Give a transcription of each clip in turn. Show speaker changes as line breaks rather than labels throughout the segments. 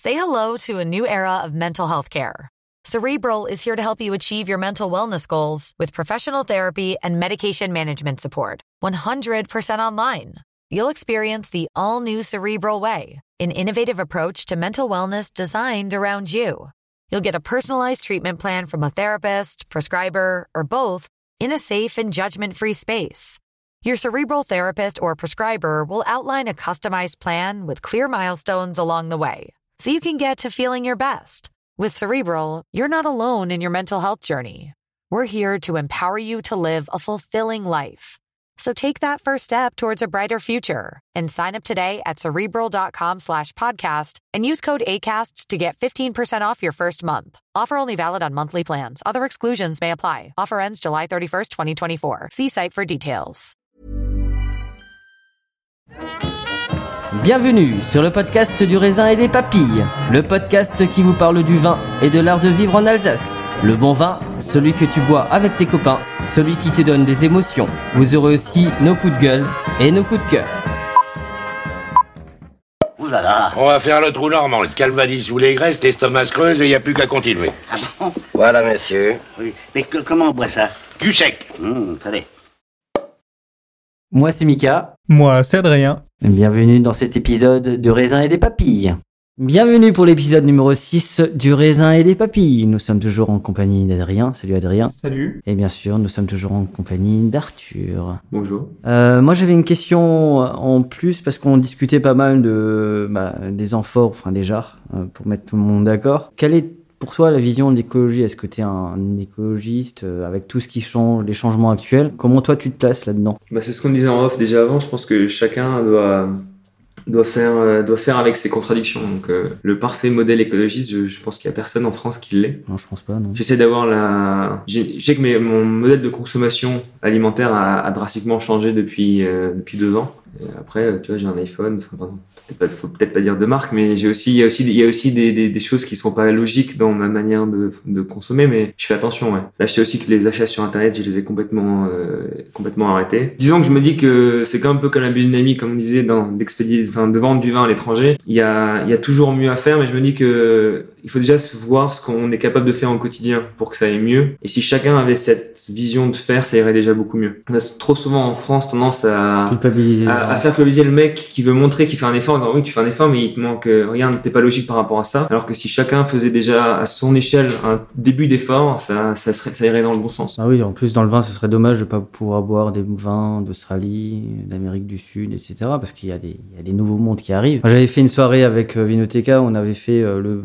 Say hello to a new era of mental health care. Cerebral is here to help you achieve your mental wellness goals with professional therapy and medication management support. 100% online. You'll experience the all-new Cerebral Way, an innovative approach to mental wellness designed around you. You'll get a personalized treatment plan from a therapist, prescriber, or both in a safe and judgment-free space. Your Cerebral therapist or prescriber will outline a customized plan with clear milestones along the way, so you can get to feeling your best. With Cerebral, you're not alone in your mental health journey. We're here to empower you to live a fulfilling life. So take that first step towards a brighter future and sign up today at Cerebral.com/podcast and use code ACAST to get 15% off your first month. Offer only valid on monthly plans. Other exclusions may apply. Offer ends July 31st, 2024. See site for details.
Bienvenue sur le podcast du raisin et des papilles, le podcast qui vous parle du vin et de l'art de vivre en Alsace. Le bon vin, celui que tu bois avec tes copains, celui qui te donne des émotions. Vous aurez aussi nos coups de gueule et nos coups de cœur.
Ouh là là.
On va faire le trou normand, le calvadis ou les graisses, l'estomac se creuse et il n'y a plus qu'à continuer.
Ah bon?
Voilà, monsieur.
Oui. Mais comment on boit ça?
Du sec.
Allez.
Moi c'est Mika.
Moi c'est Adrien.
Bienvenue dans cet épisode du raisin et des papilles. Bienvenue pour l'épisode numéro 6 du raisin et des papilles. Nous sommes toujours en compagnie d'Adrien. Salut Adrien.
Salut.
Et bien sûr, nous sommes toujours en compagnie d'Arthur.
Bonjour.
Moi j'avais une question en plus parce qu'on discutait pas mal des amphores, enfin des jarres, pour mettre tout le monde d'accord. Quelle est pour toi la vision de l'écologie? Est-ce que tu es un écologiste avec tout ce qui change, les changements actuels? Comment toi tu te places là-dedans?
C'est ce qu'on disait en off déjà avant. Je pense que chacun doit faire avec ses contradictions. Donc le parfait modèle écologiste, je pense qu'il y a personne en France qui l'est.
Non, je pense pas, non.
J'essaie d'avoir je sais que mon modèle de consommation alimentaire a drastiquement changé depuis 2 ans. Et après, tu vois, j'ai un iPhone. Faut peut-être pas dire de marque, mais il y a aussi des choses qui sont pas logiques dans ma manière de consommer, mais je fais attention. Ouais. Là, je sais aussi que les achats sur Internet, je les ai complètement arrêtés. Disons que je me dis que c'est quand même un peu comme la biodynamie, comme on disait, de vendre du vin à l'étranger. Il y a toujours mieux à faire, mais je me dis que il faut déjà voir ce qu'on est capable de faire au quotidien pour que ça aille mieux. Et si chacun avait cette vision de faire, ça irait déjà beaucoup mieux. On a trop souvent en France tendance à faire culpabiliser le mec qui veut montrer qu'il fait un effort en disant oui, tu fais un effort, mais il te manque rien, t'es pas logique par rapport à ça. Alors que si chacun faisait déjà à son échelle un début d'effort, ça irait dans le bon sens.
Ah oui, en plus dans le vin, ce serait dommage de pas pouvoir boire des vins d'Australie, d'Amérique du Sud, etc. Parce qu'il y a des nouveaux mondes qui arrivent. Moi, j'avais fait une soirée avec Vinoteca, on avait fait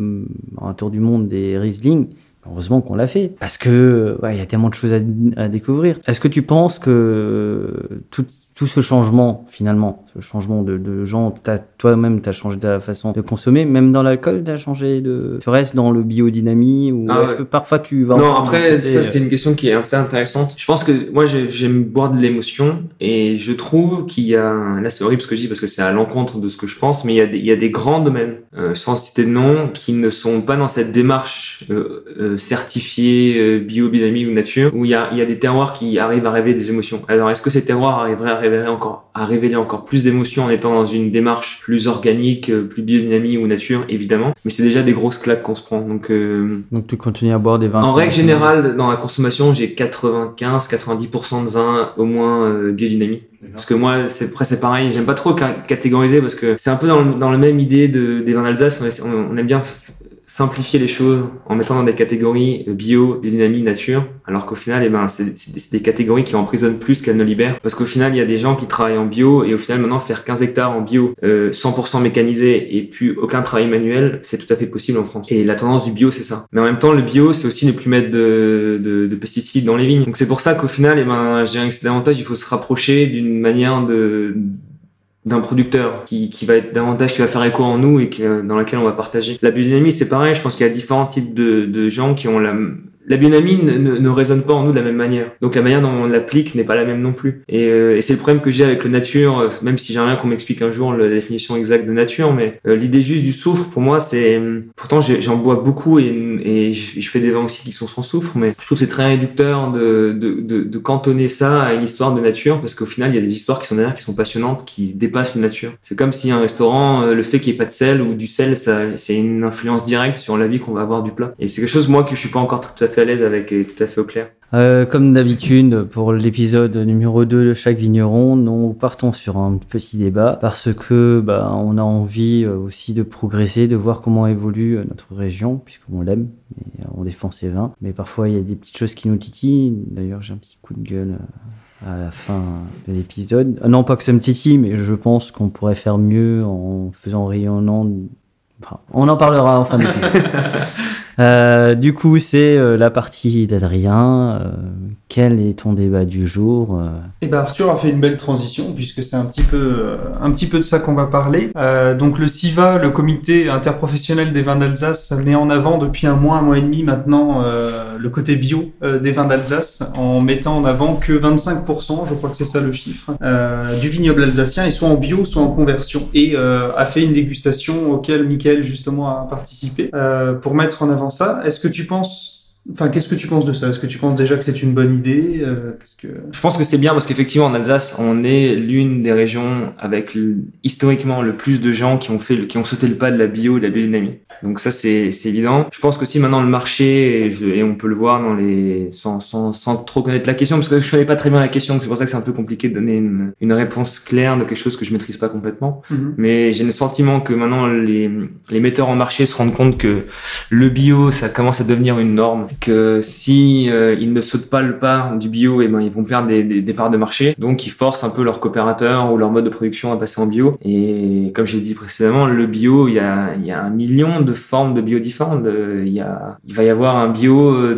un tour du monde des Riesling. Heureusement qu'on l'a fait, parce que il y a tellement de choses à découvrir. Est-ce que tu penses que tout ce changement, finalement, ce changement de gens, toi-même, t'as changé ta façon de consommer, même dans l'alcool, tu restes dans le biodynamie, ou est-ce que parfois tu vas...
Non, après, ça, c'est une question qui est assez intéressante. Je pense que moi, j'aime boire de l'émotion, et je trouve qu'il y a, là, c'est horrible ce que je dis, parce que c'est à l'encontre de ce que je pense, mais il y a des grands domaines, sans citer de nom, qui ne sont pas dans cette démarche certifiée biodynamie ou nature, où il y a des terroirs qui arrivent à révéler des émotions. Alors, est-ce que ces terroirs arriveraient à révéler encore plus d'émotions en étant dans une démarche plus organique, plus biodynamie ou nature, évidemment. Mais c'est déjà des grosses claques qu'on se prend. Donc
tu continues à boire des vins.
En règle générale, dans la consommation, j'ai 95-90% de vins au moins biodynamie. Parce que moi, c'est pareil, j'aime pas trop catégoriser parce que c'est un peu dans la même idée des vins d'Alsace. On aime bien simplifier les choses en mettant dans des catégories bio, biodynamie, nature, alors qu'au final, c'est des catégories qui emprisonnent plus qu'elles ne libèrent, parce qu'au final, il y a des gens qui travaillent en bio, et au final, maintenant, faire 15 hectares en bio, 100% mécanisé, et puis aucun travail manuel, c'est tout à fait possible en France. Et la tendance du bio, c'est ça. Mais en même temps, le bio, c'est aussi ne plus mettre de pesticides dans les vignes. Donc c'est pour ça qu'au final, je dirais que c'est davantage, il faut se rapprocher d'une manière d'un producteur qui va être davantage, qui va faire écho en nous et dans laquelle on va partager. La biodynamie, c'est pareil. Je pense qu'il y a différents types de gens qui ont la biodynamie ne résonne pas en nous de la même manière. Donc la manière dont on l'applique n'est pas la même non plus. Et c'est le problème que j'ai avec le nature, même si j'aimerais bien qu'on m'explique un jour la définition exacte de nature, mais l'idée juste du soufre, pour moi, c'est... Pourtant, j'en bois beaucoup et je fais des vins aussi qui sont sans soufre, mais je trouve que c'est très réducteur de cantonner ça à une histoire de nature, parce qu'au final, il y a des histoires qui sont derrière, qui sont passionnantes, qui dépassent la nature. C'est comme si un restaurant, le fait qu'il n'y ait pas de sel ou du sel, c'est une influence directe sur l'avis qu'on va avoir du plat. Et c'est quelque chose, moi, que je suis pas encore tout à fait à l'aise avec et tout à fait au clair.
Comme d'habitude, pour l'épisode numéro 2 de chaque vigneron, nous partons sur un petit débat parce que on a envie aussi de progresser, de voir comment évolue notre région, puisqu'on l'aime et on défend ses vins. Mais parfois, il y a des petites choses qui nous titillent. D'ailleurs, j'ai un petit coup de gueule à la fin de l'épisode. Non, pas que ça me titille, mais je pense qu'on pourrait faire mieux en faisant rayonnant... Enfin, on en parlera en fin d'épisode. Du coup, c'est la partie d'Adrien. Quel est ton débat du jour?
Arthur a fait une belle transition puisque c'est un petit peu de ça qu'on va parler. Donc le CIVA, le comité interprofessionnel des vins d'Alsace, met en avant depuis un mois et demi maintenant le côté bio des vins d'Alsace en mettant en avant que 25%, je crois que c'est ça le chiffre, du vignoble alsacien est soit en bio, soit en conversion, et a fait une dégustation auquel Mickaël justement a participé pour mettre en avant ça. Qu'est-ce que tu penses de ça? Est-ce que tu penses déjà que c'est une bonne idée?
Je pense que c'est bien parce qu'effectivement en Alsace, on est l'une des régions avec historiquement le plus de gens qui ont sauté le pas de la bio et de la biodynamie. Donc ça c'est évident. Je pense qu'aussi maintenant le marché et on peut le voir sans trop connaître la question, parce que je connais pas très bien la question, c'est pour ça que c'est un peu compliqué de donner une réponse claire de quelque chose que je maîtrise pas complètement. Mais j'ai le sentiment que maintenant les metteurs en marché se rendent compte que le bio ça commence à devenir une norme, que si ils ne sautent pas le pas du bio, ils vont perdre des parts de marché. Donc ils forcent un peu leurs coopérateurs ou leur mode de production à passer en bio. Et comme j'ai dit précédemment, le bio, il y a 1 million de formes de bio différentes. Il va y avoir un bio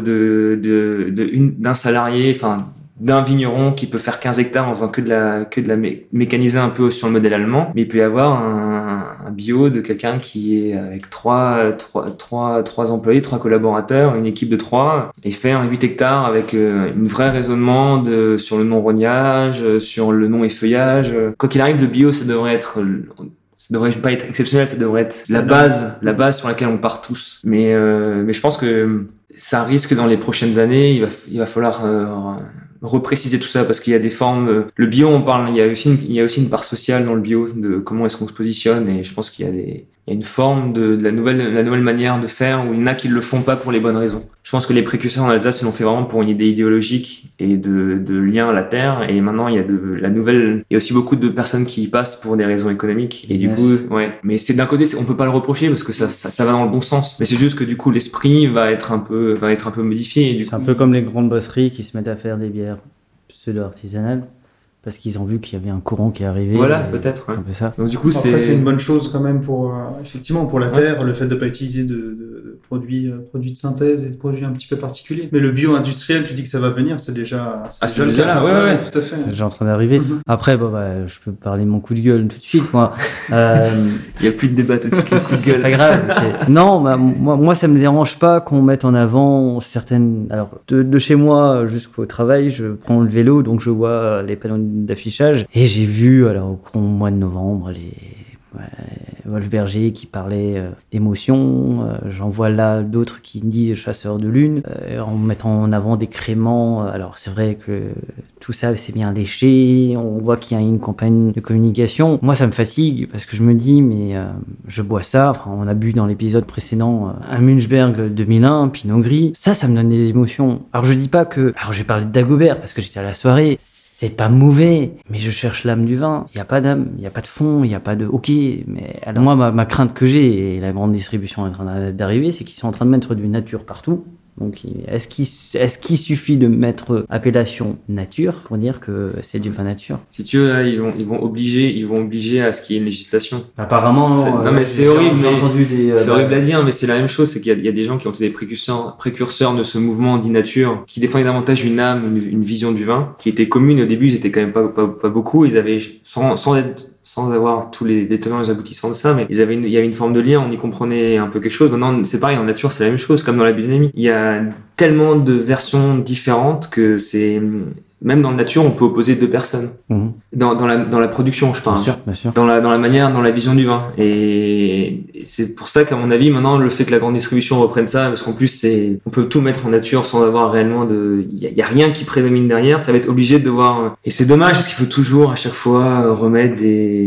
d'un salarié, enfin d'un vigneron qui peut faire 15 hectares en faisant que de la mécaniser un peu sur le modèle allemand, mais il peut y avoir un bio de quelqu'un qui est avec trois employés, 3 collaborateurs, une équipe de 3, et faire 8 hectares avec une vraie raisonnement sur le non-rognage, sur le non-effeuillage. Quoi qu'il arrive, le bio, ça devrait pas être exceptionnel, ça devrait être la base sur laquelle on part tous. Mais je pense que ça risque dans les prochaines années, il va falloir repréciser tout ça, parce qu'il y a des formes, le bio on parle, il y a aussi une part sociale dans le bio, de comment est-ce qu'on se positionne, et je pense qu'il y a une forme de la nouvelle manière de faire, où il y en a qui le font pas pour les bonnes raisons. Je pense que les précurseurs en Alsace l'ont fait vraiment pour une idée idéologique et de lien à la terre, et maintenant il y a aussi beaucoup de personnes qui y passent pour des raisons économiques, et du coup, mais c'est d'un côté, on peut pas le reprocher parce que ça va dans le bon sens, mais c'est juste que du coup l'esprit va être un peu modifié, et
c'est un peu comme les grandes brasseries qui se mettent à faire des bières pseudo-artisanales parce qu'ils ont vu qu'il y avait un courant qui arrivait.
Voilà, peut-être. Ouais.
Un peu ça.
Donc du coup,
c'est une bonne chose quand même pour effectivement pour la terre, le fait de pas utiliser de produits de synthèse et de produits un petit peu particuliers. Mais le bio industriel, tu dis que ça va venir, c'est déjà
déjà là. Ouais,
tout à fait.
C'est déjà en train d'arriver. Après, je peux parler de mon coup de gueule tout de suite, moi.
Il y a plus de débat tout de suite, le coup de gueule.
C'est pas grave. Non, moi, ça me dérange pas qu'on mette en avant certaines. Alors, de chez moi jusqu'au travail, je prends le vélo, donc je vois les panneaux d'affichage, et j'ai vu, alors au mois de novembre, Wolf Berger qui parlait d'émotion, j'en vois là d'autres qui disent chasseurs de lune, en mettant en avant des créments. Alors c'est vrai que tout ça c'est bien léché, on voit qu'il y a une campagne de communication. Moi ça me fatigue parce que je me dis mais je bois ça, enfin, on a bu dans l'épisode précédent un Münchberg 2001, Pinot Gris, ça me donne des émotions. Alors je dis pas que, alors je vais parler de Dagobert parce que j'étais à la soirée, c'est pas mauvais, mais je cherche l'âme du vin. Il y a pas d'âme, il y a pas de fond, il y a pas de... Ok, mais alors moi, ma crainte que j'ai, et la grande distribution est en train d'arriver, c'est qu'ils sont en train de mettre du nature partout. Donc, est-ce qu'il suffit de mettre appellation nature pour dire que c'est du vin nature?
Si tu veux, là, ils vont obliger à ce qu'il y ait une législation.
Apparemment,
non, mais c'est horrible. C'est
horrible
à dire, mais c'est la même chose. C'est qu'il y a des gens qui ont été des précurseurs de ce mouvement dit nature, qui défendaient davantage une âme, une vision du vin, qui était commune. Au début, ils étaient quand même pas beaucoup. Ils avaient, sans sans avoir tous les tenants et les aboutissants de ça, mais il y avait une forme de lien, on y comprenait un peu quelque chose. Maintenant, c'est pareil, en nature, c'est la même chose, comme dans la biodynamie. Il y a tellement de versions différentes que c'est... Même dans la nature, on peut opposer deux personnes. Mmh. Dans la production, je parle.
Bien sûr.
Dans la manière, dans la vision du vin. Et c'est pour ça qu'à mon avis, maintenant, le fait que la grande distribution reprenne ça, parce qu'en plus, on peut tout mettre en nature sans avoir réellement il y a rien qui prédomine derrière, ça va être obligé de devoir, et c'est dommage parce qu'il faut toujours, à chaque fois, mettre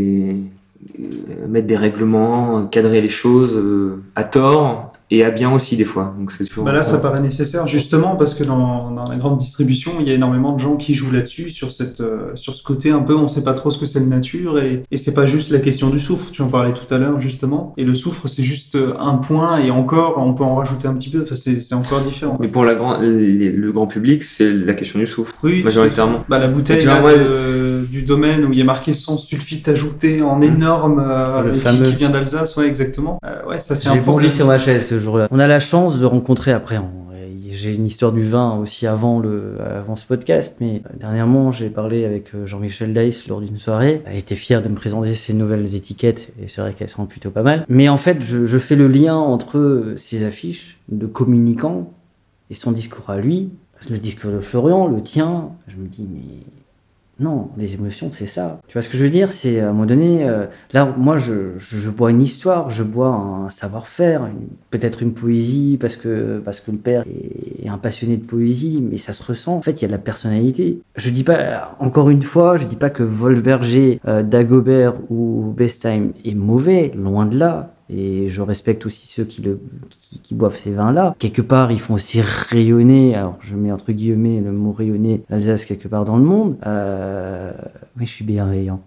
des règlements, cadrer les choses, à tort. Et à bien aussi des fois. Donc c'est toujours.
Là, ça paraît nécessaire justement parce que dans la grande distribution, il y a énormément de gens qui jouent là-dessus sur ce côté un peu, on sait pas trop ce que c'est la nature et c'est pas juste la question du soufre. Tu en parlais tout à l'heure justement. Et le soufre, c'est juste un point et encore, on peut en rajouter un petit peu. Enfin, c'est encore différent.
Mais pour le grand public, c'est la question du soufre.
Oui,
majoritairement.
La bouteille du domaine où il y a marqué sans sulfite ajouté en énorme, qui vient d'Alsace, ouais, exactement. Ça c'est
J'ai bondi sur ma chaise ce jour-là. On a la chance de rencontrer après. J'ai une histoire du vin aussi avant ce podcast, mais dernièrement j'ai parlé avec Jean-Michel Deiss lors d'une soirée. Il était fier de me présenter ses nouvelles étiquettes et c'est vrai qu'elles sont plutôt pas mal. Mais en fait, je fais le lien entre ses affiches de communicants et son discours à lui, le discours de Florian, le tien. Je me dis mais non, les émotions, c'est ça. Tu vois ce que je veux dire ? C'est à un moment donné, là, moi, je bois une histoire, je bois un savoir-faire, peut-être une poésie, parce que le père est un passionné de poésie, mais ça se ressent. En fait, il y a de la personnalité. Je dis pas, encore une fois, je dis pas que Wolfberger, Dagobert ou Bestheim est mauvais, loin de là. Et je respecte aussi ceux qui boivent ces vins-là. Quelque part, ils font aussi rayonner, alors je mets entre guillemets le mot rayonner, l'Alsace quelque part dans le monde. Oui, je suis bienveillant.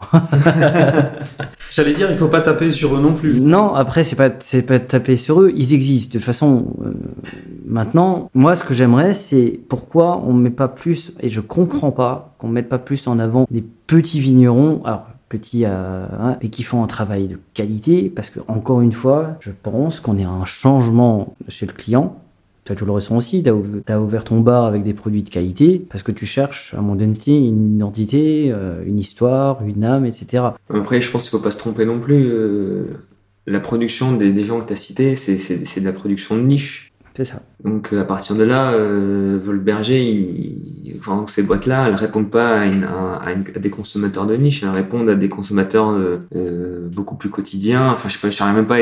J'allais dire, il faut pas taper sur eux non plus.
Non, après, c'est pas taper sur eux, ils existent. De toute façon, maintenant, moi, ce que j'aimerais, c'est pourquoi on met pas plus, et je comprends pas qu'on mette pas plus en avant des petits vignerons, alors petits, mais qui font un travail de qualité, parce que encore une fois, je pense qu'on est à un changement chez le client. Toi, tu le ressens aussi, t'as ouvert ton bar avec des produits de qualité, parce que tu cherches à un moment donné une identité, une histoire, une âme, etc.
Après, je pense qu'il faut pas se tromper non plus. La production des gens que tu as cités, c'est de la production de niche.
C'est ça.
Donc à partir de là, Wolfberger, ces boîtes-là, elles répondent pas à des consommateurs de niche, elles répondent à des consommateurs beaucoup plus quotidiens. Enfin, je n'arrive même pas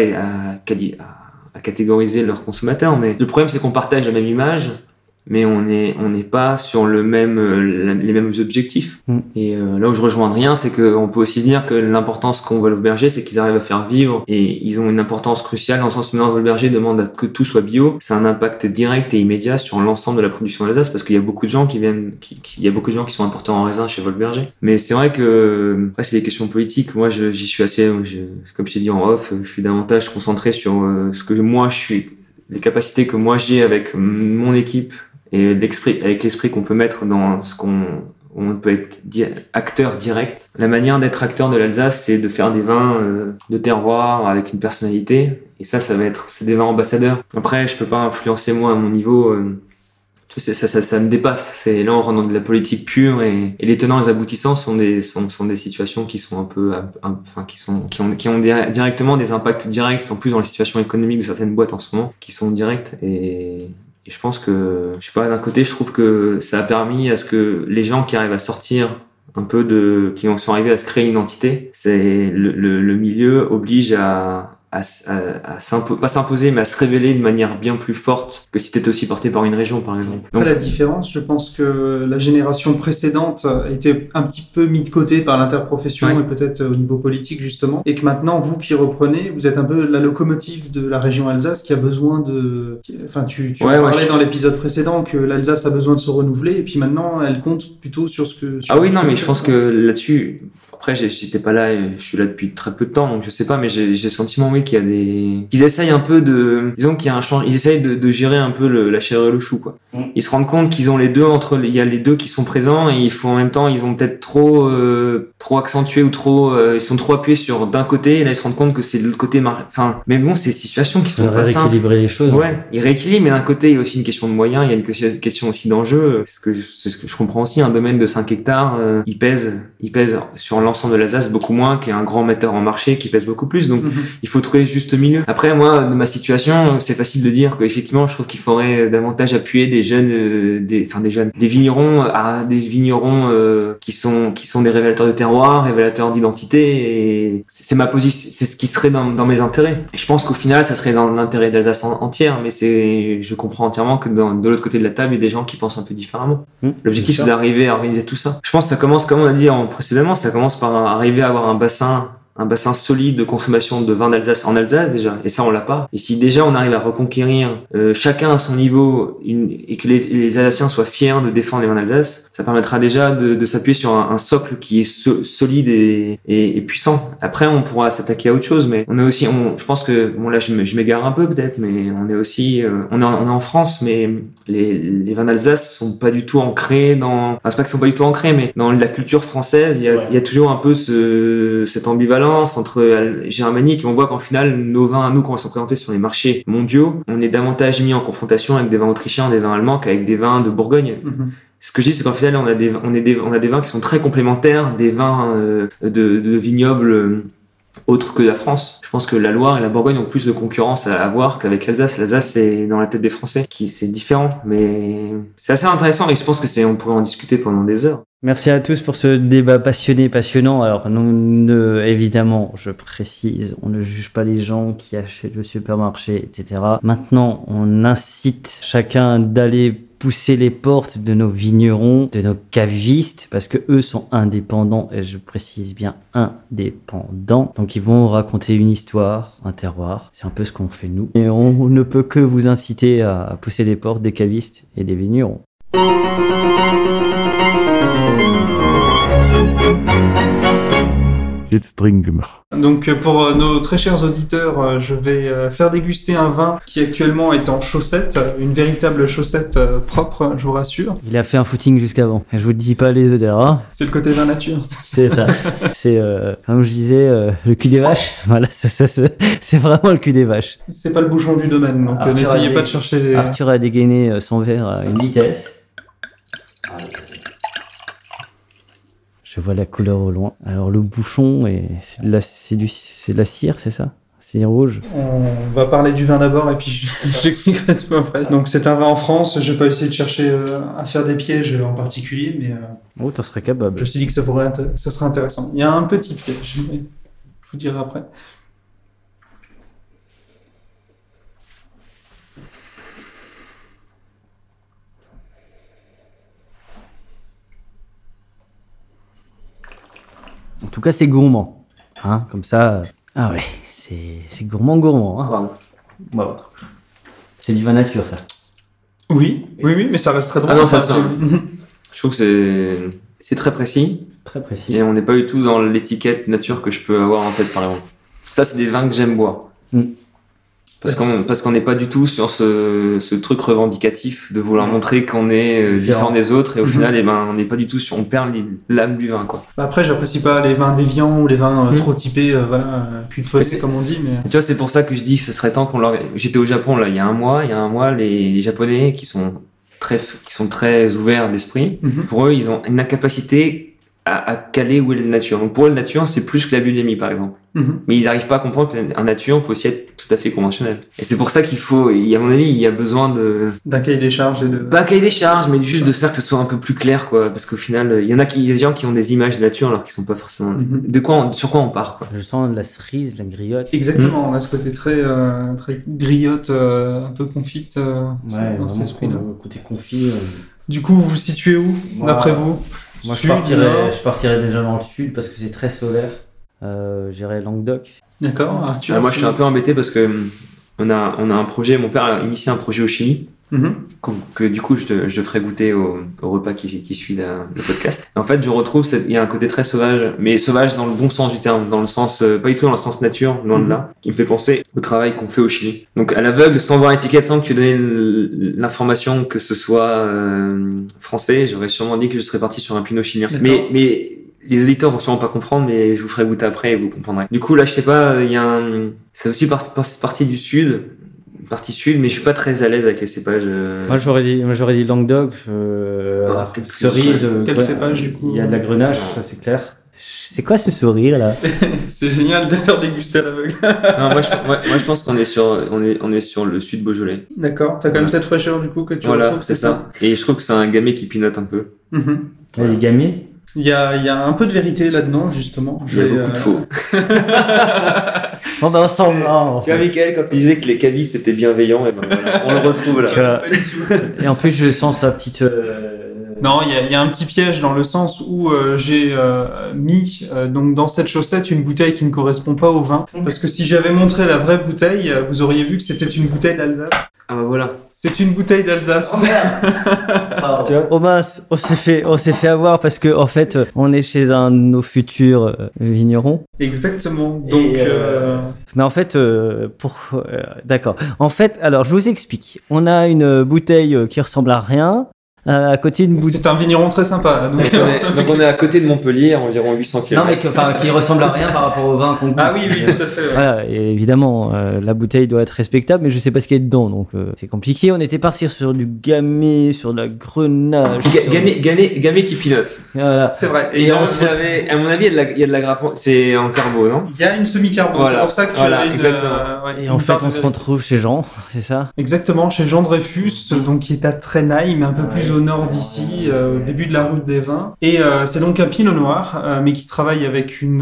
à catégoriser leurs consommateurs, mais le problème c'est qu'on partage la même image, mais on n'est pas sur les mêmes objectifs. Et là où je rejoins rien, c'est qu'on peut aussi se dire que l'importance qu'ont Wolfberger, c'est qu'ils arrivent à faire vivre, et ils ont une importance cruciale dans le sens où maintenant Wolfberger demande à que tout soit bio. C'est un impact direct et immédiat sur l'ensemble de la production d'Alsace, parce qu'il y a beaucoup de gens qui sont importés en raisin chez Wolfberger. Mais c'est vrai que après c'est des questions politiques. Moi, j'y suis assez, comme je t'ai dit en off, je suis davantage concentré sur ce que moi je suis, les capacités que moi j'ai avec mon équipe. Et avec l'esprit qu'on peut mettre dans on peut être acteur direct. La manière d'être acteur de l'Alsace, c'est de faire des vins de terroir avec une personnalité. Et c'est des vins ambassadeurs. Après, je peux pas influencer moi à mon niveau. Ça me dépasse. Là, on rentre dans de la politique pure et les tenants et les aboutissants sont des situations qui sont un peu, qui ont directement des impacts directs. En plus, dans la situation économique de certaines boîtes en ce moment, qui sont directs et je pense que, je sais pas, d'un côté, je trouve que ça a permis à ce que les gens qui arrivent à sortir un peu qui sont arrivés à se créer une identité, c'est le milieu oblige à pas s'imposer, mais à se révéler de manière bien plus forte que si t'étais aussi porté par une région, par exemple.
Après, la différence, je pense que la génération précédente était un petit peu mis de côté par l'interprofession et peut-être au niveau politique, justement. Et que maintenant, vous qui reprenez, vous êtes un peu la locomotive de la région Alsace qui a besoin de... Enfin, tu parlais dans l'épisode précédent que l'Alsace a besoin de se renouveler et puis maintenant, elle compte plutôt sur ce que...
mais je pense que là-dessus... Après, j'étais pas là, je suis là depuis très peu de temps, donc je sais pas, mais j'ai le sentiment, oui, qu'il y a qu'ils essayent un peu disons qu'il y a un changement, ils essayent de gérer un peu la chair et le chou, quoi. Ils se rendent compte qu'ils ont il y a les deux qui sont présents et en même temps, ils ont peut-être trop accentués ou ils sont trop appuyés sur d'un côté et là ils se rendent compte que c'est de l'autre côté. Enfin, mais bon, c'est des situations qui sont pas simples.
Rééquilibrer les choses.
Ouais, ils rééquilibrent, mais d'un côté il y a aussi une question de moyens, il y a une question aussi d'enjeu. C'est ce que je comprends aussi. Un domaine de 5 hectares, il pèse sur l'ensemble de l'Alsace beaucoup moins qu'un grand metteur en marché qui pèse beaucoup plus. Donc il faut trouver le juste milieu. Après, moi, de ma situation, c'est facile de dire qu'effectivement, je trouve qu'il faudrait davantage appuyer des vignerons qui sont des révélateurs de terroir, révélateurs d'identité, et c'est ma position, c'est ce qui serait dans mes intérêts. Et je pense qu'au final, ça serait dans l'intérêt de l'Alsace entière, mais je comprends entièrement que de l'autre côté de la table, il y a des gens qui pensent un peu différemment. L'objectif, c'est d'arriver à organiser tout ça. Je pense que ça commence, comme on a dit précédemment, ça commence par arriver à avoir un bassin solide de consommation de vin d'Alsace en Alsace déjà, et ça on l'a pas. Et si déjà on arrive à reconquérir chacun à son niveau et que les Alsaciens soient fiers de défendre les vins d'Alsace, ça permettra déjà de s'appuyer sur un socle qui est solide et puissant. Après on pourra s'attaquer à autre chose, mais on est aussi, je pense que bon là je m'égare un peu peut-être, mais on est aussi on est en France, mais les vins d'Alsace sont pas du tout ancrés c'est pas qu'ils sont pas du tout ancrés, mais dans la culture française il y a toujours un peu cette ambivalence entre germanique, et on voit qu'en final nos vins à nous, quand ils sont présentés sur les marchés mondiaux, on est davantage mis en confrontation avec des vins autrichiens, des vins allemands qu'avec des vins de Bourgogne. Ce que je dis, c'est qu'en final on a des vins qui sont très complémentaires des vins de vignobles autres que la France. Je pense que la Loire et la Bourgogne ont plus de concurrence à avoir qu'avec l'Alsace. L'Alsace, c'est dans la tête des Français, c'est différent, mais c'est assez intéressant, et je pense que on pourrait en discuter pendant des heures.
Merci à tous pour ce débat passionnant. Alors, évidemment, je précise, on ne juge pas les gens qui achètent le supermarché, etc. Maintenant, on incite chacun d'aller pousser les portes de nos vignerons, de nos cavistes, parce que eux sont indépendants, et je précise bien indépendants. Donc, ils vont raconter une histoire, un terroir. C'est un peu ce qu'on fait nous. Et on ne peut que vous inciter à pousser les portes des cavistes et des vignerons.
Donc pour nos très chers auditeurs, je vais faire déguster un vin qui actuellement est en chaussette, une véritable chaussette propre, je vous rassure.
Il a fait un footing jusqu'avant. Je vous dis pas les odeurs. Hein.
C'est le côté vin nature.
C'est ça. C'est comme je disais, le cul des vaches. Voilà, c'est vraiment le cul des vaches.
C'est pas le bouchon du domaine, donc n'essayez pas de chercher les...
Arthur a dégainé son verre à une vitesse. Je vois la couleur au loin. Alors le bouchon, c'est de la cire, c'est ça? C'est rouge.
On va parler du vin d'abord et puis j'expliquerai tout après. Donc c'est un vin en France. Je vais pas essayer de chercher à faire des pièges en particulier, mais
oh, t'en serais capable.
Je me suis dit que ça serait intéressant. Il y a un petit piège, mais je vous dirai après.
En tout cas, c'est gourmand. Hein, comme ça. Ah ouais, c'est gourmand. Hein. Wow. C'est du vin nature, ça.
Oui, mais ça reste très drôle.
Ah non, ça sent. Je trouve que c'est très précis.
Très précis.
Et on n'est pas du tout dans l'étiquette nature que je peux avoir en tête, par exemple. Ça, c'est des vins que j'aime boire. Parce qu'on n'est pas du tout sur ce truc revendicatif de vouloir montrer qu'on est différent des autres, et au final, on n'est pas du tout on perd l'âme du vin, quoi.
Après, j'apprécie pas les vins déviants ou les vins trop typés, cul de poêlée, comme on dit, mais...
Tu vois, c'est pour ça que je dis que ce serait temps qu'on J'étais au Japon, là, il y a un mois, les Japonais qui sont très ouverts d'esprit, pour eux, ils ont une incapacité à caler où est la nature. Donc pour eux, la nature, c'est plus que la biodynamie, par exemple. Mais ils n'arrivent pas à comprendre qu'un nature peut aussi être tout à fait conventionnel. Et c'est pour ça à mon avis, il y a besoin d'un
cahier des charges
pas un cahier des charges, mais juste de faire que ce soit un peu plus clair, quoi. Parce qu'au final, il y a des gens qui ont des images de nature alors qu'ils sont pas forcément... Sur quoi on part, quoi.
Je sens de la cerise, de la griotte.
Exactement, on a ce côté très griotte, un peu confite, dans cet esprit-là.
Côté confit.
Du coup, vous vous situez où, d'après vous?
Moi, je partirais déjà dans le sud parce que c'est très solaire. J'irais Languedoc.
D'accord, Arthur.
Moi, je suis un peu embêté parce que on a un projet. Mon père a initié un projet au Chili. Que du coup, je te ferai goûter au repas qui suit le podcast. Et en fait, je retrouve il y a un côté très sauvage, mais sauvage dans le bon sens du terme, dans le sens pas du tout dans le sens nature, loin de là, qui me fait penser au travail qu'on fait au Chili. Donc à l'aveugle, sans voir l'étiquette, sans que tu donnes l'information que ce soit français, j'aurais sûrement dit que je serais parti sur un pinot chilien. Mais les auditeurs vont sûrement pas comprendre, mais je vous ferai goûter après et vous comprendrez. Du coup, là, je sais pas, c'est aussi partie du sud, partie sud, mais je suis pas très à l'aise avec les cépages.
Moi, j'aurais dit Languedoc,
peut-être
cerise.
Quel cépage, du coup?
Il y a de la grenache, ça c'est clair. C'est quoi ce sourire là?
C'est génial de faire déguster à l'aveugle.
Non, moi, je pense qu'on est sur le sud Beaujolais.
D'accord, t'as quand même cette fraîcheur du coup que tu
Voilà,
retrouves,
c'est ça. Et je trouve que c'est un gamay qui pinote un peu.
Les gamay.
Il y a un peu de vérité là-dedans, justement.
Il y a beaucoup de faux.
Bon, ben, on s'en va.
Tu vois, Michael, quand tu disais que les cavistes étaient bienveillants, et ben voilà, on le retrouve là.
Tu vois. Et en plus, je sens sa petite.
Non, il y a un petit piège dans le sens où j'ai mis donc dans cette chaussette une bouteille qui ne correspond pas au vin. Parce que si j'avais montré la vraie bouteille, vous auriez vu que c'était une bouteille d'Alsace.
Ah bah voilà.
C'est une bouteille d'Alsace.
Tu vois, oh mince, on s'est fait avoir parce que en fait, on est chez un de nos futurs vignerons.
Exactement. Donc,
mais en fait, d'accord. En fait, alors je vous explique. On a une bouteille qui ressemble à rien. À côté d'une bouteille.
C'est un vigneron très sympa. Donc
on est à côté de Montpellier, à environ 800 km.
Non, mais qui ressemble à rien par rapport au vin qu'on goûte.
Ah oui, tout à fait. Ouais.
Voilà, et évidemment, la bouteille doit être respectable, mais je sais pas ce qu'il y a dedans, donc c'est compliqué. On était parti sur du gamay, sur de la grenache.
Gamay qui pinote.
Voilà.
C'est vrai.
Et à mon avis, il y a de la grappe. C'est en carbo, non?
Il y a une semi-carbo.
Voilà.
C'est pour ça que tu as une.
Exactement.
Et en fait, on se retrouve chez Jean, c'est ça?
Exactement, chez Jean Dreyfus, donc qui est à Trenaille, mais un peu plus au nord d'ici. Au début de la route des vins. Et c'est donc un pinot noir, mais qui travaille avec une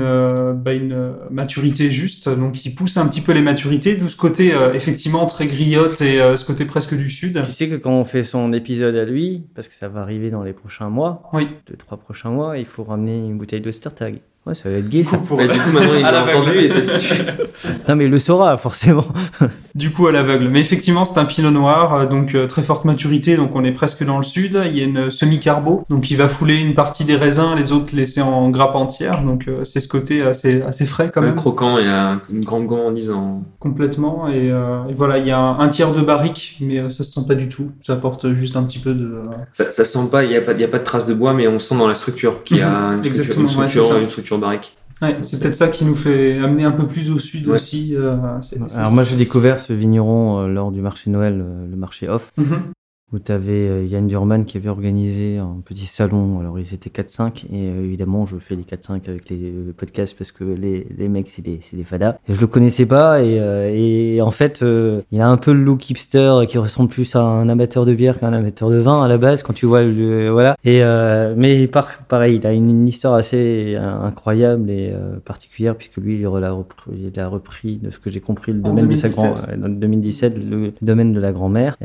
maturité juste, donc qui pousse un petit peu les maturités, d'où ce côté effectivement très griotte et ce côté presque du sud.
Tu sais que quand on fait son épisode à lui, parce que ça va arriver dans les prochains mois,
oui.
2-3 prochains mois, il faut ramener une bouteille d'Ostertag. Ouais, ça va être gai ça.
Du coup, maintenant il l'a entendu et c'est foutu.
Non, mais il le saura forcément.
Du coup, à l'aveugle. Mais effectivement, c'est un pinot noir, donc très forte maturité, donc on est presque dans le sud. Il y a une semi-carbo, donc il va fouler une partie des raisins, les autres laisser en grappe entière. Donc c'est ce côté assez frais quand même.
Croquant et une grande gourmandise
complètement. Et voilà, il y a un tiers de barrique, mais ça se sent pas du tout. Ça apporte juste un petit peu de.
Ça se sent pas. Il y a pas de traces de bois, mais on sent dans la structure qu'il y a une structure barrique.
Ouais, c'est peut-être ça qui nous fait amener un peu plus au sud aussi.
Alors moi j'ai découvert ce vigneron lors du marché Noël, le marché off, où tu avais Yann Durman qui avait organisé un petit salon. Alors ils étaient 4-5 et évidemment je fais les 4-5 avec les podcasts parce que les mecs c'est des fadas. Et je le connaissais pas et en fait il a un peu le look hipster qui ressemble plus à un amateur de bière qu'à un amateur de vin à la base quand tu vois voilà. Et mais pareil, il a une histoire assez incroyable et particulière puisque lui il a repris de ce que j'ai compris le domaine de sa grand-mère en 2017 le domaine de la grand-mère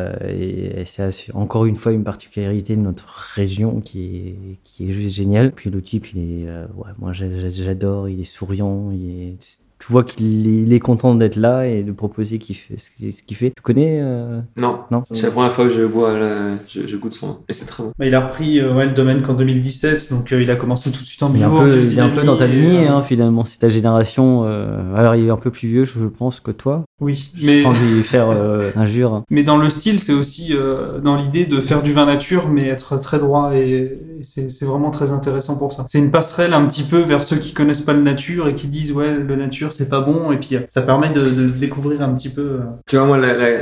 et c'est encore une fois une particularité de notre région qui est juste géniale. Puis le type, il est, moi j'adore, il est souriant, tu vois qu'il est content d'être là et de proposer ce qu'il fait. Tu connais
Non. C'est la première fois que je bois, je goûte son vin. Et c'est très bon.
Il a repris le domaine qu'en 2017, donc il a commencé tout de suite en bio.
Il est un peu dans ta lignée, finalement. C'est ta génération. Alors il est un peu plus vieux, je pense, que toi.
Oui, mais
sans lui faire injure.
Mais dans le style, c'est aussi dans l'idée de faire du vin nature, mais être très droit et c'est vraiment très intéressant pour ça. C'est une passerelle un petit peu vers ceux qui connaissent pas le nature et qui disent ouais, le nature c'est pas bon, et puis ça permet de découvrir un petit peu.
Tu vois, moi,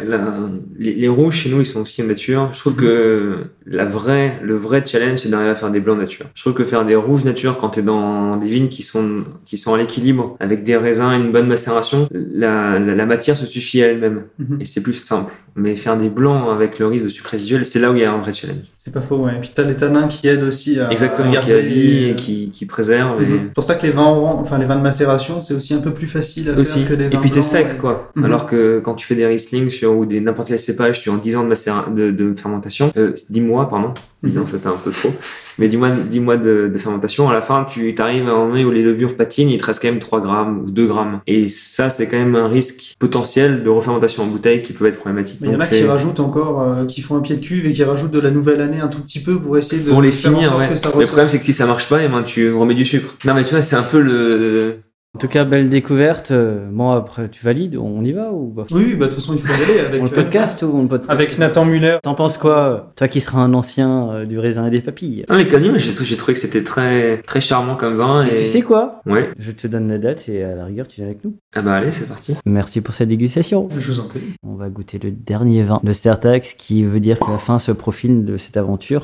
les rouges chez nous, ils sont aussi nature. Je trouve que le vrai challenge, c'est d'arriver à faire des blancs nature. Je trouve que faire des rouges nature quand t'es dans des vignes qui sont à l'équilibre, avec des raisins et une bonne macération, la matière se suffit à elle-même et c'est plus simple. Mais faire des blancs avec le risque de sucre résiduel, c'est là où il y a un vrai challenge.
C'est pas faux, ouais. Et puis t'as les tanins qui aident aussi à
exactement,
garder,
qui habillent et qui préservent.
C'est pour ça que les vins de macération, c'est aussi un peu plus facile à faire que des vins.
Et puis t'es
blancs,
sec, quoi. Alors que quand tu fais des Riesling ou n'importe quel cépage sur 10 ans de fermentation, 10 mois, pardon. 10 ans, c'était un peu trop. Mais 10 mois de fermentation, à la fin, tu t'arrives à un moment où les levures patinent, il te reste quand même 3 grammes ou 2 grammes. Et ça, c'est quand même un risque potentiel de refermentation en bouteille qui peut être problématique.
Il y en a qui rajoutent encore, qui font un pied de cuve et qui rajoutent de la nouvelle année un tout petit peu pour essayer de
pour les
faire
finir,
en sorte que ça
le problème, c'est que si ça marche pas, tu remets du sucre. Non, mais tu vois, c'est un peu
En tout cas, belle découverte. Bon, après, tu valides, on y va ou pas?
Oui, bah de toute façon, il faut y aller avec
On le podcast ou on le podcast?
avec Nathan Muller.
T'en penses quoi, toi qui seras un ancien du raisin et des papilles?
Non, les Canines, j'ai trouvé que c'était très, très charmant comme vin.
Et tu sais quoi?
Ouais.
Je te donne la date et à la rigueur, tu viens avec nous.
Ah bah allez, c'est parti.
Merci pour cette dégustation.
Je vous en prie.
On va goûter le dernier vin de Startax, qui veut dire que la fin se profile de cette aventure.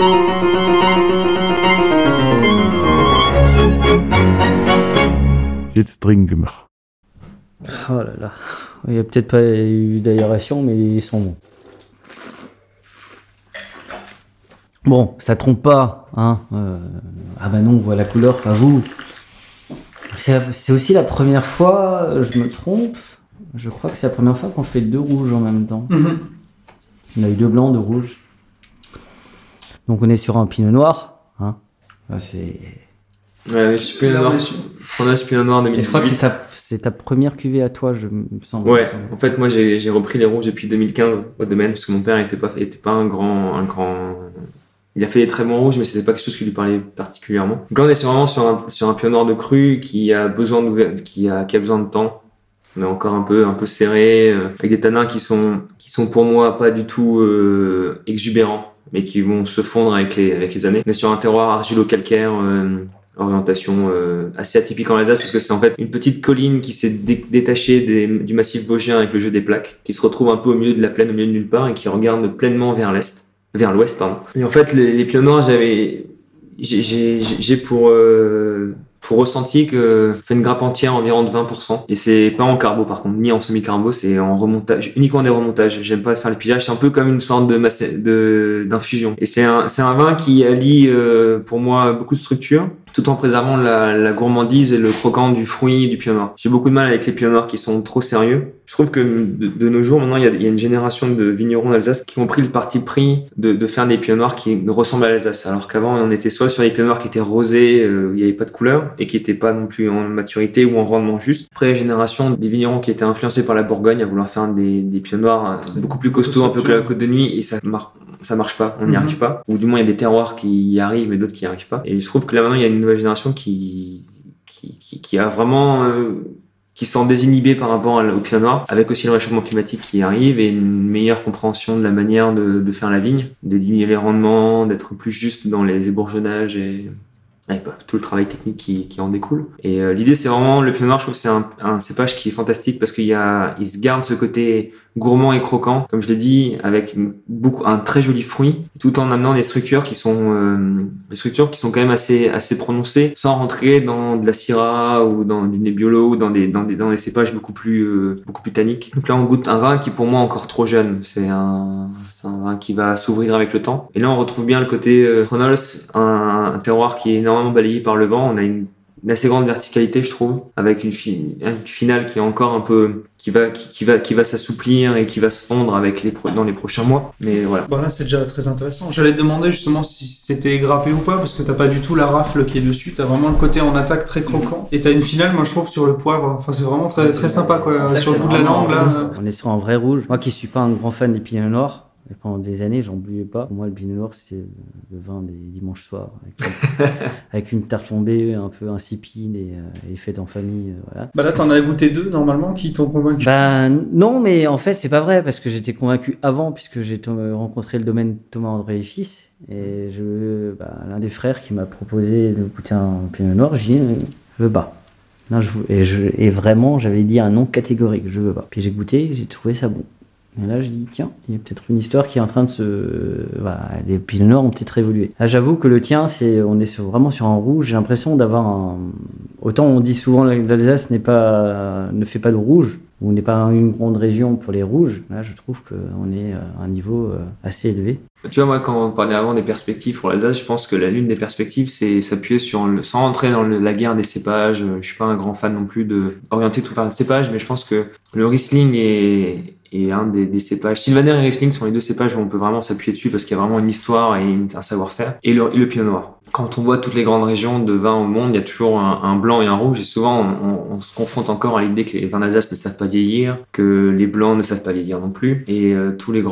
Jetzt trinken wir.
Oh là là. Il n'y a peut-être pas eu d'aération, mais ils sont bons. Bon, ça trompe pas, hein. Ah bah non, on voit la couleur, pas vous. C'est aussi la première fois, je me trompe. Je crois que c'est la première fois qu'on fait 2 rouges en même temps. On a eu 2 blancs, 2 rouges. Donc on est sur un pinot noir, hein. Là, c'est...
Ouais, Pinot Noir, Frondas Pinot Noir
Et
2018.
je crois que c'est ta première cuvée à toi, je me semble.
Ouais, en fait, moi j'ai repris les rouges depuis 2015 au domaine parce que mon père était pas un grand. Il a fait des très bons rouges, mais c'était pas quelque chose qui lui parlait particulièrement. Donc là, on est vraiment sur un Pinot Noir de cru qui a besoin qui a besoin de temps. On est encore un peu serré, avec des tanins qui sont pour moi pas du tout exubérants, mais qui vont se fondre avec les années. On est sur un terroir argilo-calcaire. Orientation assez atypique en Alsace parce que c'est en fait une petite colline qui s'est détachée du massif vosgien avec le jeu des plaques, qui se retrouve un peu au milieu de la plaine, au milieu de nulle part et qui regarde pleinement vers l'ouest pardon. Et en fait les Pinots Noirs j'ai pour ressenti que fait une grappe entière environ de 20% et c'est pas en carbo par contre ni en semi-carbo, c'est en remontage, uniquement des remontages. J'aime pas faire le pillage, c'est un peu comme une sorte d'infusion et c'est un vin qui allie pour moi beaucoup de structure tout en préservant la gourmandise et le croquant du fruit et du Pinot Noir. J'ai beaucoup de mal avec les Pinots Noirs qui sont trop sérieux. Je trouve que de nos jours, maintenant, il y a une génération de vignerons d'Alsace qui ont pris le parti pris de faire des Pinots Noirs qui ressemblent à l'Alsace. Alors qu'avant, on était soit sur des Pinots Noirs qui étaient rosés, il n'y avait pas de couleur, et qui n'étaient pas non plus en maturité ou en rendement juste. Après, la génération des vignerons qui étaient influencés par la Bourgogne à vouloir faire des Pinots Noirs beaucoup plus costauds, un peu que la Côte de Nuit, et ça marche pas, on n'y arrive pas. Ou du moins, il y a des terroirs qui y arrivent, mais d'autres qui n'y arrivent pas. Et je trouve que là, maintenant, il y a une nouvelle génération qui a vraiment, qui sont désinhibés par rapport au Pinot Noir, avec aussi le réchauffement climatique qui arrive et une meilleure compréhension de la manière de faire la vigne, de diminuer les rendements, d'être plus juste dans les ébourgeonnages et tout le travail technique qui en découle. Et l'idée, c'est vraiment, le Pinot Noir, je trouve que c'est un cépage qui est fantastique parce il se garde ce côté gourmand et croquant, comme je l'ai dit, avec un très joli fruit, tout en amenant des structures qui sont quand même assez prononcées, sans rentrer dans de la Syrah ou dans du Nebbiolo ou dans des cépages beaucoup plus tanniques. Donc là, on goûte un vin qui, pour moi, est encore trop jeune. C'est un vin qui va s'ouvrir avec le temps. Et là, on retrouve bien le côté Fronols, un terroir qui est énormément balayé par le vent. On a une assez grande verticalité, je trouve, avec une finale qui est encore un peu qui va s'assouplir et qui va se fondre dans les prochains mois. Mais voilà.
Bon, là, c'est déjà très intéressant. J'allais te demander justement si c'était grappé ou pas, parce que t'as pas du tout la rafle qui est dessus. T'as vraiment le côté en attaque très croquant. Et t'as une finale, moi, je trouve, sur le poivre. Enfin, c'est vraiment très, très sympa, quoi. En fait, sur le bout de la langue, là.
On est sur un vrai rouge. Moi qui suis pas un grand fan des Pinots Noirs, et pendant des années, j'en buvais pas. Pour moi, le Pinot Noir, c'était le vin des dimanches soirs, avec une tarte flambée un peu insipide et faite en famille. Voilà.
Bah là, t'en as goûté 2, normalement, qui t'ont convaincu.
Bah non, mais en fait, c'est pas vrai, parce que j'étais convaincu avant, puisque j'ai rencontré le domaine Thomas André et Fils, et l'un des frères qui m'a proposé de goûter un Pinot Noir, j'ai dit, je veux pas. Non, et vraiment, j'avais dit un non catégorique, je veux pas. Puis j'ai goûté, j'ai trouvé ça bon. Et là, je dis, tiens, il y a peut-être une histoire qui est en train de les Pinots Noirs ont peut-être évolué. Là, j'avoue que le tien, on est vraiment sur un rouge. J'ai l'impression d'avoir autant on dit souvent que l'Alsace ne fait pas de rouge, ou n'est pas une grande région pour les rouges. Là, je trouve qu'on est à un niveau assez élevé.
Tu vois, moi, quand on parlait avant des perspectives pour l'Alsace, je pense que l'une des perspectives, c'est s'appuyer sans entrer dans la guerre des cépages. Je suis pas un grand fan non plus orienté tout vers le cépage, mais je pense que le Riesling est un des cépages. Sylvaner et Riesling sont les 2 cépages où on peut vraiment s'appuyer dessus parce qu'il y a vraiment une histoire et un savoir-faire. Et le Pinot Noir. quand on voit toutes les grandes régions de vin au monde, il y a toujours un blanc et un rouge, et souvent on se confronte encore à l'idée que les vins d'Alsace ne savent pas vieillir, que les blancs ne savent pas vieillir non plus, et les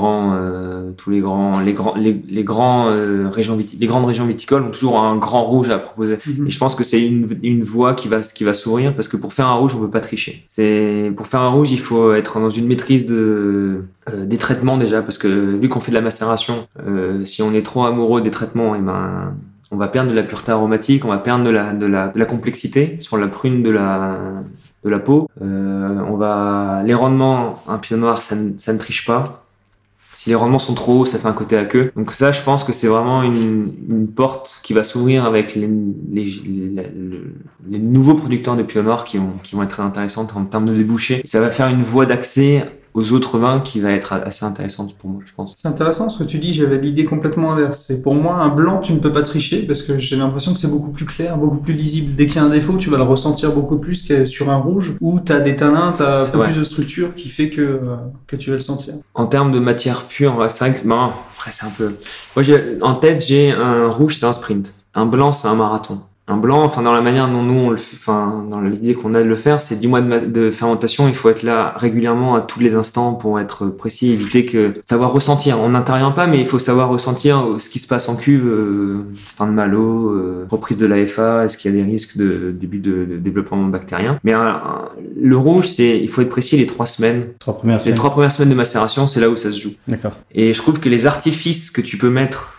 grandes régions viticoles ont toujours un grand rouge à proposer. Et je pense que c'est une voie qui va s'ouvrir, parce que pour faire un rouge, on peut pas tricher. Pour faire un rouge, il faut être dans une maîtrise des traitements déjà, parce que vu qu'on fait de la macération, si on est trop amoureux des traitements, on va perdre de la pureté aromatique, on va perdre de la complexité sur la prune de la peau. Les rendements, un pinot noir, ça ne triche pas. Si les rendements sont trop hauts, ça fait un côté à queue. Donc ça, je pense que c'est vraiment une porte qui va s'ouvrir avec les nouveaux producteurs de pinot noir qui vont être très intéressantes en termes de débouchés. Et ça va faire une voie d'accès aux autres vins qui va être assez intéressante pour moi, je pense.
C'est intéressant ce que tu dis, j'avais l'idée complètement inverse. C'est pour moi, un blanc, tu ne peux pas tricher parce que j'ai l'impression que c'est beaucoup plus clair, beaucoup plus lisible. Dès qu'il y a un défaut, tu vas le ressentir beaucoup plus que sur un rouge où tu as des tanins, tu as un peu plus de structure qui fait que tu vas le sentir.
En termes de matière pure, c'est vrai que après, c'est un peu... Moi, en tête, j'ai un rouge, c'est un sprint. Un blanc, c'est un marathon. Un blanc, dans la manière dont nous on le fait, dans l'idée qu'on a de le faire, c'est 10 mois de fermentation. Il faut être là régulièrement à tous les instants pour être précis, éviter savoir ressentir. On n'intervient pas, mais il faut savoir ressentir ce qui se passe en cuve, fin de malo, reprise de l'AFA, est-ce qu'il y a des risques de début de développement bactérien. Mais le rouge, il faut être précis les 3 semaines. Les 3 premières semaines de macération, c'est là où ça se joue.
D'accord.
Et je trouve que les artifices que tu peux mettre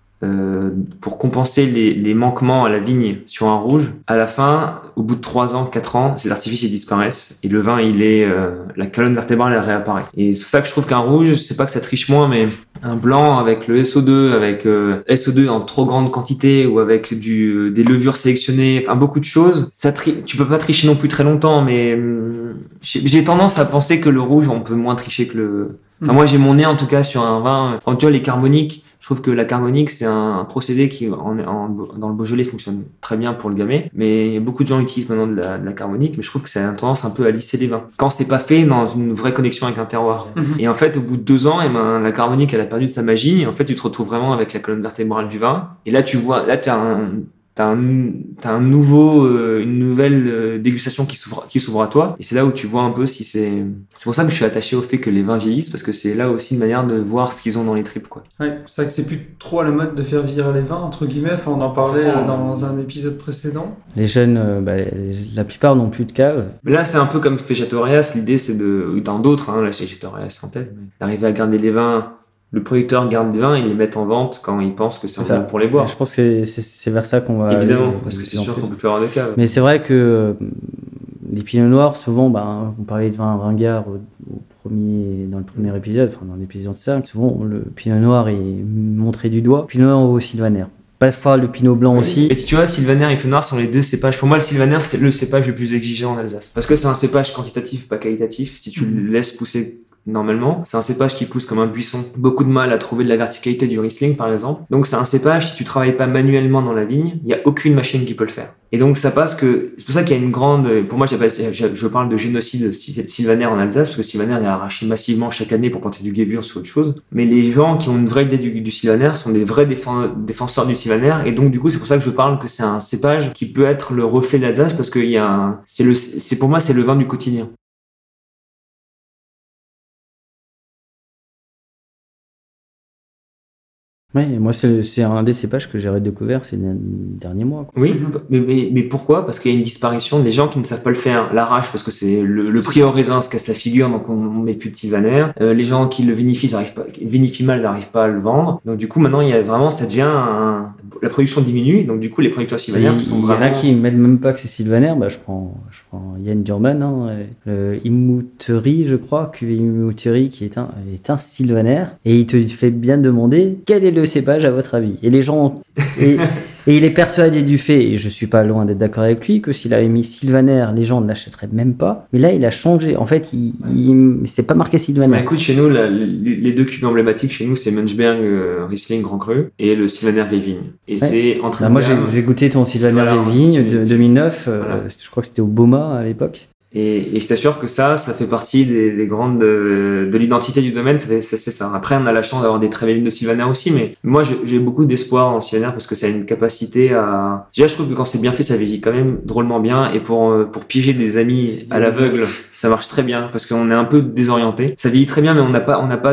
pour compenser les manquements à la vigne sur un rouge, à la fin, au bout de 3 ans, 4 ans, ces artifices ils disparaissent et le vin la colonne vertébrale elle réapparaît. Et c'est pour ça que je trouve qu'un rouge, c'est pas que ça triche moins, mais un blanc avec le SO2, avec SO2 en trop grande quantité ou avec des levures sélectionnées, beaucoup de choses, tu peux pas tricher non plus très longtemps, mais j'ai tendance à penser que le rouge, on peut moins tricher que le... moi j'ai mon nez en tout cas sur un vin, quand tu vois les carboniques, je trouve que la carbonique, c'est un procédé qui, dans le Beaujolais, fonctionne très bien pour le gamay. Mais beaucoup de gens utilisent maintenant de la carbonique, mais je trouve que ça a tendance un peu à lisser les vins. Quand c'est pas fait dans une vraie connexion avec un terroir. Et en fait, au bout de 2 ans, la carbonique, elle a perdu de sa magie. Et en fait, tu te retrouves vraiment avec la colonne vertébrale du vin. Et là, tu vois, t'as une nouvelle dégustation qui s'ouvre à toi, et c'est là où tu vois un peu si c'est pour ça que je suis attaché au fait que les vins vieillissent, parce que c'est là aussi une manière de voir ce qu'ils ont dans les tripes, quoi.
Ouais, c'est vrai que c'est plus trop à la mode de faire vieillir les vins, entre guillemets, on en parlait dans un épisode précédent.
Les jeunes, la plupart n'ont plus de cave.
Mais là, c'est un peu comme fait Château Rias, l'idée c'est dans d'autres, là c'est Château Rias en tête, mais d'arriver à garder les vins. Le producteur garde des vins et les met en vente quand il pense que c'est bon pour les boire.
Je pense que c'est vers ça qu'on va...
Évidemment, parce que c'est sûr qu'on peut plus avoir de cave.
Mais c'est vrai que les pinots noirs, souvent, on parlait de vin ringard dans le premier épisode, dans l'épisode 5, souvent le pinot noir est montré du doigt. Pinot noir au sylvaner. Parfois le pinot blanc aussi.
Et tu vois, sylvaner et pinot noir sont les 2 cépages. Pour moi, le sylvaner, c'est le cépage le plus exigeant en Alsace. Parce que c'est un cépage quantitatif, pas qualitatif. Si tu le laisses pousser normalement, c'est un cépage qui pousse comme un buisson. Beaucoup de mal à trouver de la verticalité du Riesling, par exemple. Donc c'est un cépage, si tu travailles pas manuellement dans la vigne, il y a aucune machine qui peut le faire. Et donc ça passe que... C'est pour ça qu'il y a une grande... Pour moi, je parle de génocide sylvaner en Alsace, parce que sylvaner est arraché massivement chaque année pour planter du Gewürz ou autre chose. Mais les gens qui ont une vraie idée du sylvaner sont des vrais défenseurs du sylvaner. Et donc du coup, c'est pour ça que je parle que c'est un cépage qui peut être le reflet de l'Alsace, parce que pour moi, c'est le vin du quotidien.
Ouais, moi c'est un des cépages que j'ai redécouvert ces derniers mois, quoi.
Oui, mais pourquoi ? Parce qu'il y a une disparition. Les gens qui ne savent pas le faire l'arrachent parce que c'est le prix au raisin se casse la figure, donc on met plus de sylvaner. Les gens qui le vinifient mal, n'arrivent pas à le vendre. Donc du coup maintenant il y a vraiment, ça devient la production diminue. Donc du coup les producteurs sylvaner sont vraiment...
Il y en a qui mettent même pas que c'est sylvaner. Je prends Yann Durban, Immouterie, je crois, cuvée Immouterie, qui est un sylvaner, et il te fait bien demander quel est le cépage à votre avis. Et les gens et il est persuadé du fait, et je suis pas loin d'être d'accord avec lui, que s'il avait mis sylvaner, les gens ne l'achèteraient même pas. Mais là, il a changé. En fait, c'est pas marqué sylvaner.
Écoute, chez nous, les 2 cuvées emblématiques chez nous, c'est Munchberg Riesling Grand Cru et le sylvaner Vieille Vigne. Et c'est entre...
Moi, j'ai goûté ton sylvaner Vieille Vigne de 2009. Je crois que c'était au Boma à l'époque.
Et je t'assure que ça fait partie des grandes de l'identité du domaine, c'est ça. Après, on a la chance d'avoir des très belles vignes de Sylvaner aussi, mais moi, j'ai beaucoup d'espoir en Sylvaner parce que ça a une capacité à... Déjà, je trouve que quand c'est bien fait, ça vieillit quand même drôlement bien. Et pour piéger des amis à l'aveugle, ça marche très bien parce qu'on est un peu désorienté. Ça vieillit très bien, mais on n'a pas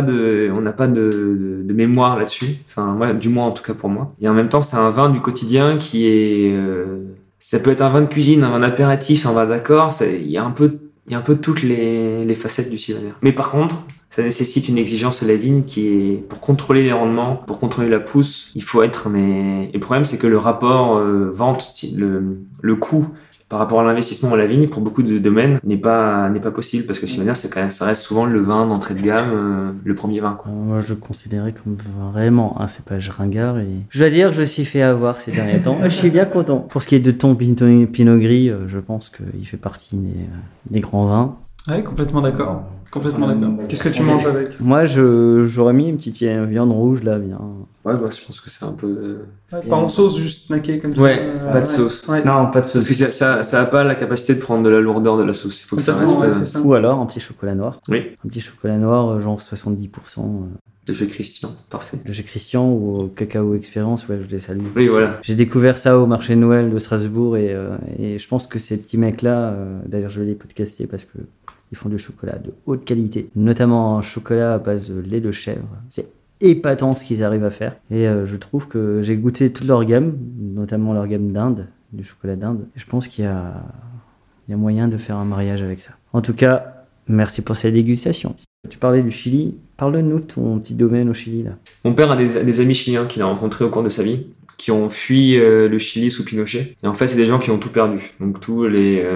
de mémoire là-dessus. Enfin, moi, du moins, en tout cas pour moi. Et en même temps, c'est un vin du quotidien qui est... Ça peut être un vin de cuisine, un vin d'apéritif, un vin d'accord. Il y a un peu toutes les facettes du Sylvaner. Mais par contre, ça nécessite une exigence à la vigne qui est, pour contrôler les rendements, pour contrôler la pousse, il faut être, mais, et le problème, c'est que le rapport vente, le coût par rapport à l'investissement à la vigne, pour beaucoup de domaines, n'est pas possible parce que Sylvaner, ça reste souvent le vin d'entrée de gamme, le premier vin, quoi.
Moi, je le considérais comme vraiment un cépage ringard et je dois dire que je me suis fait avoir ces derniers temps. Je suis bien content. Pour ce qui est de ton Pinot Gris, je pense qu'il fait partie des grands vins.
Ouais, complètement d'accord. Complètement d'accord. Qu'est-ce que tu manges avec?
Moi, j'aurais mis une petite viande rouge là, bien.
Ouais, je pense que c'est un peu...
Pas en sauce, juste snacké comme ça.
Ouais, pas de sauce.
Ouais.
Non, pas de sauce.
Parce que ça a pas la capacité de prendre de la lourdeur de la sauce. Il faut que ça reste...
Ouais, c'est ça.
Ou alors un petit chocolat noir.
Oui,
Un petit chocolat noir, genre 70%.
de chez Christian, parfait.
De chez Christian ou au Cacao Experience, ouais, je les salue.
Oui, voilà.
J'ai découvert ça au marché de Noël de Strasbourg et je pense que ces petits mecs-là, d'ailleurs je vais les podcaster parce que ils font du chocolat de haute qualité, notamment un chocolat à base de lait de chèvre. C'est épatant ce qu'ils arrivent à faire. Et je trouve que j'ai goûté toute leur gamme, notamment leur gamme d'Inde, du chocolat d'Inde. Et je pense qu'il y a moyen de faire un mariage avec ça. En tout cas, merci pour cette dégustation. Tu parlais du Chili. Parle-nous de ton petit domaine au Chili, là.
Mon père a des amis chiliens qu'il a rencontrés au cours de sa vie, qui ont fui le Chili sous Pinochet. Et en fait, c'est des gens qui ont tout perdu. Donc tous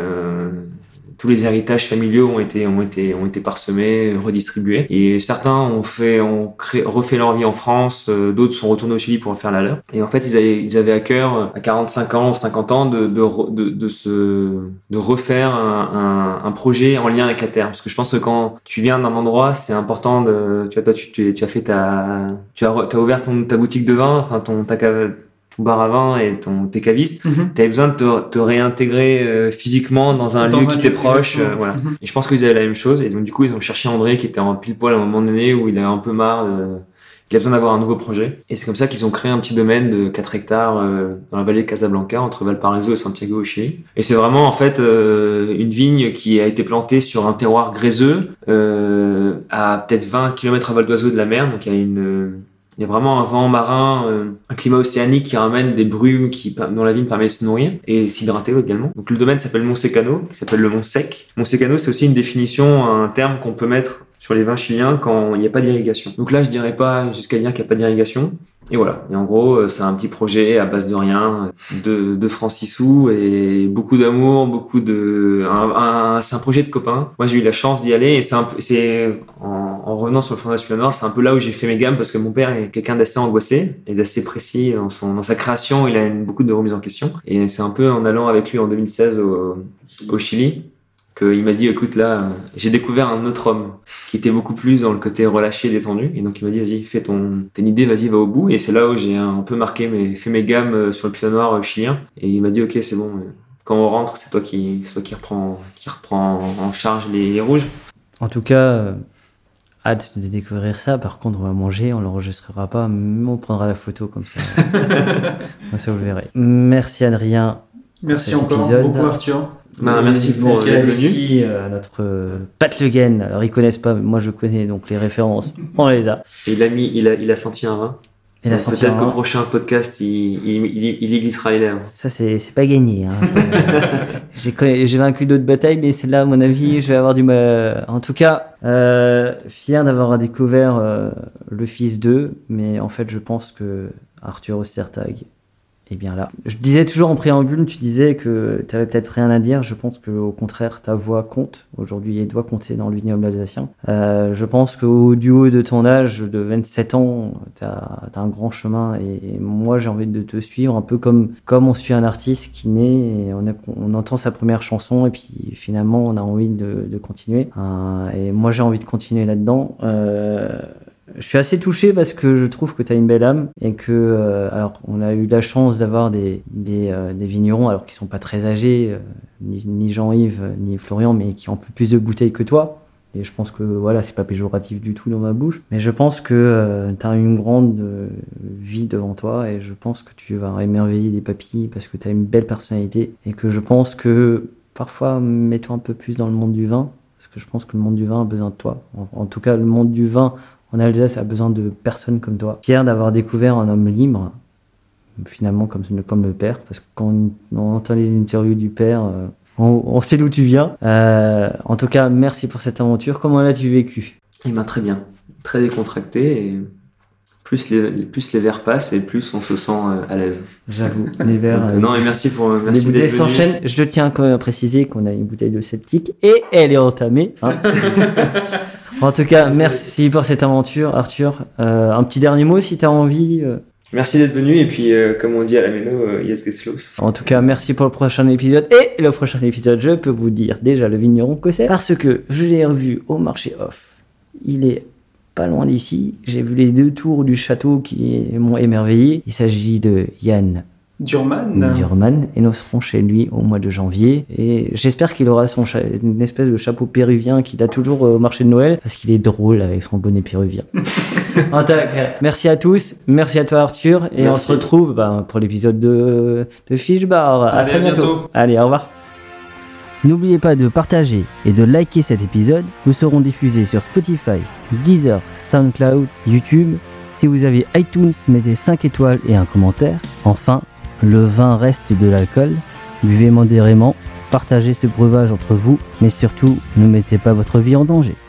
les héritages familiaux ont été parsemés, redistribués. Et certains ont refait leur vie en France, d'autres sont retournés au Chili pour faire la leur. Et en fait, ils avaient à cœur, à 45 ans, 50 ans, de refaire un projet en lien avec la terre. Parce que je pense que quand tu viens d'un endroit, c'est important tu as ouvert ta boutique de vin, enfin ta cave, ton bar à vin et tes cavistes, t'avais besoin de te réintégrer physiquement dans un lieu qui t'est proche, voilà. Et je pense qu'ils avaient la même chose, et donc du coup ils ont cherché André qui était en pile poil à un moment donné où il avait un peu marre il a besoin d'avoir un nouveau projet, et c'est comme ça qu'ils ont créé un petit domaine de 4 hectares dans la vallée de Casablanca, entre Valparaiso et Santiago au Chili. Et c'est vraiment en fait une vigne qui a été plantée sur un terroir gréseux à peut-être 20 km à vol d'oiseau de la mer, donc il y a vraiment un vent marin, un climat océanique qui ramène des brumes dont la vigne permet de se nourrir et s'hydrater également. Donc le domaine s'appelle Montsecano, qui s'appelle le Mont Sec. Montsecano, c'est aussi une définition, un terme qu'on peut mettre sur les vins chiliens quand il n'y a pas d'irrigation. Donc là, je dirais pas jusqu'à dire qu'il n'y a pas d'irrigation. Et voilà. Et en gros, c'est un petit projet à base de rien, de francs 6 sous et beaucoup d'amour, c'est un projet de copains. Moi, j'ai eu la chance d'y aller et en revenant sur le Front National Nord, c'est un peu là où j'ai fait mes gammes parce que mon père est quelqu'un d'assez angoissé et d'assez précis dans sa création. Il a beaucoup de remises en question. Et c'est un peu en allant avec lui en 2016 au Chili qu'il m'a dit, écoute, là, j'ai découvert un autre homme qui était beaucoup plus dans le côté relâché, détendu. Et donc, il m'a dit, vas-y, t'as une idée, vas-y, va au bout. Et c'est là où j'ai un peu fait mes gammes sur le Pinot Noir chilien. Et il m'a dit, ok, c'est bon. Quand on rentre, c'est toi qui reprend en charge les rouges.
En tout cas, hâte de découvrir ça. Par contre, on va manger, on l'enregistrera pas, mais on prendra la photo comme ça. Ça, vous verrez. Merci, Adrien.
Merci
cet
encore
épisode.
beaucoup, Arthur.
Merci pour
d'être
venu.
Merci à notre Pat Le Guen. Alors, ils connaissent pas, mais moi je connais, donc les références, on les a.
Et il a senti un vin.
Et
Donc peut-être qu'au prochain podcast, il y glissera les lèvres.
Ça, c'est pas gagné. Hein. J'ai vaincu d'autres batailles, mais celle-là, à mon avis, je vais avoir du mal. En tout cas, fier d'avoir découvert le fils d'eux, mais en fait, je pense que Arthur Ostertag est bien là. Je disais toujours en préambule, tu disais que tu avais peut-être rien à dire. Je pense qu'au contraire, ta voix compte. Aujourd'hui, elle doit compter dans le vignoble alsacien. Je pense qu'au du haut de ton âge, de 27 ans, tu as un grand chemin. Et moi, j'ai envie de te suivre un peu comme on suit un artiste qui naît et on entend sa première chanson et puis finalement, on a envie de continuer. Et moi, j'ai envie de continuer là-dedans. Je suis assez touché parce que je trouve que tu as une belle âme et que, alors, on a eu la chance d'avoir des vignerons, alors qu'ils sont pas très âgés, ni Jean-Yves, ni Florian, mais qui ont un peu plus de bouteilles que toi. Et je pense que, voilà, c'est pas péjoratif du tout dans ma bouche. Mais je pense que tu as une grande vie devant toi et je pense que tu vas émerveiller des papilles parce que tu as une belle personnalité et que je pense que, parfois, mets-toi un peu plus dans le monde du vin parce que je pense que le monde du vin a besoin de toi. En tout cas, le monde du vin en Alsace a besoin de personnes comme toi. Fier d'avoir découvert un homme libre, finalement comme le père, parce que quand on entend les interviews du père, on sait d'où tu viens. En tout cas, merci pour cette aventure. Comment l'as-tu vécu ?
Il m'a très bien, très décontracté et plus les verres passent et plus on se sent à l'aise.
J'avoue, les verres.
Non, et merci
les bouteilles s'enchaînent. Je tiens quand même à préciser qu'on a une bouteille de Celtic et elle est entamée. Hein. En tout cas, merci pour cette aventure, Arthur. Un petit dernier mot si tu as envie.
Merci d'être venu et puis, comme on dit à la Méno, yes get los.
En tout cas, merci pour le prochain épisode. Et le prochain épisode, je peux vous dire déjà le vigneron que c'est. Parce que je l'ai revu au marché off. Il est pas loin d'ici. J'ai vu les 2 tours du château qui m'ont émerveillé. Il s'agit de Yann Durman et nous serons chez lui au mois de janvier et j'espère qu'il aura une espèce de chapeau péruvien qu'il a toujours au marché de Noël parce qu'il est drôle avec son bonnet péruvien. En tout cas, merci à tous, merci à toi Arthur et merci. On se retrouve pour l'épisode de Fiche Bar. À très bientôt. Allez, au revoir. N'oubliez pas de partager et de liker cet épisode. Nous serons diffusés sur Spotify, Deezer, SoundCloud, YouTube. Si vous avez iTunes, mettez 5 étoiles et un commentaire. Enfin, le vin reste de l'alcool. Buvez modérément, partagez ce breuvage entre vous, mais surtout, ne mettez pas votre vie en danger.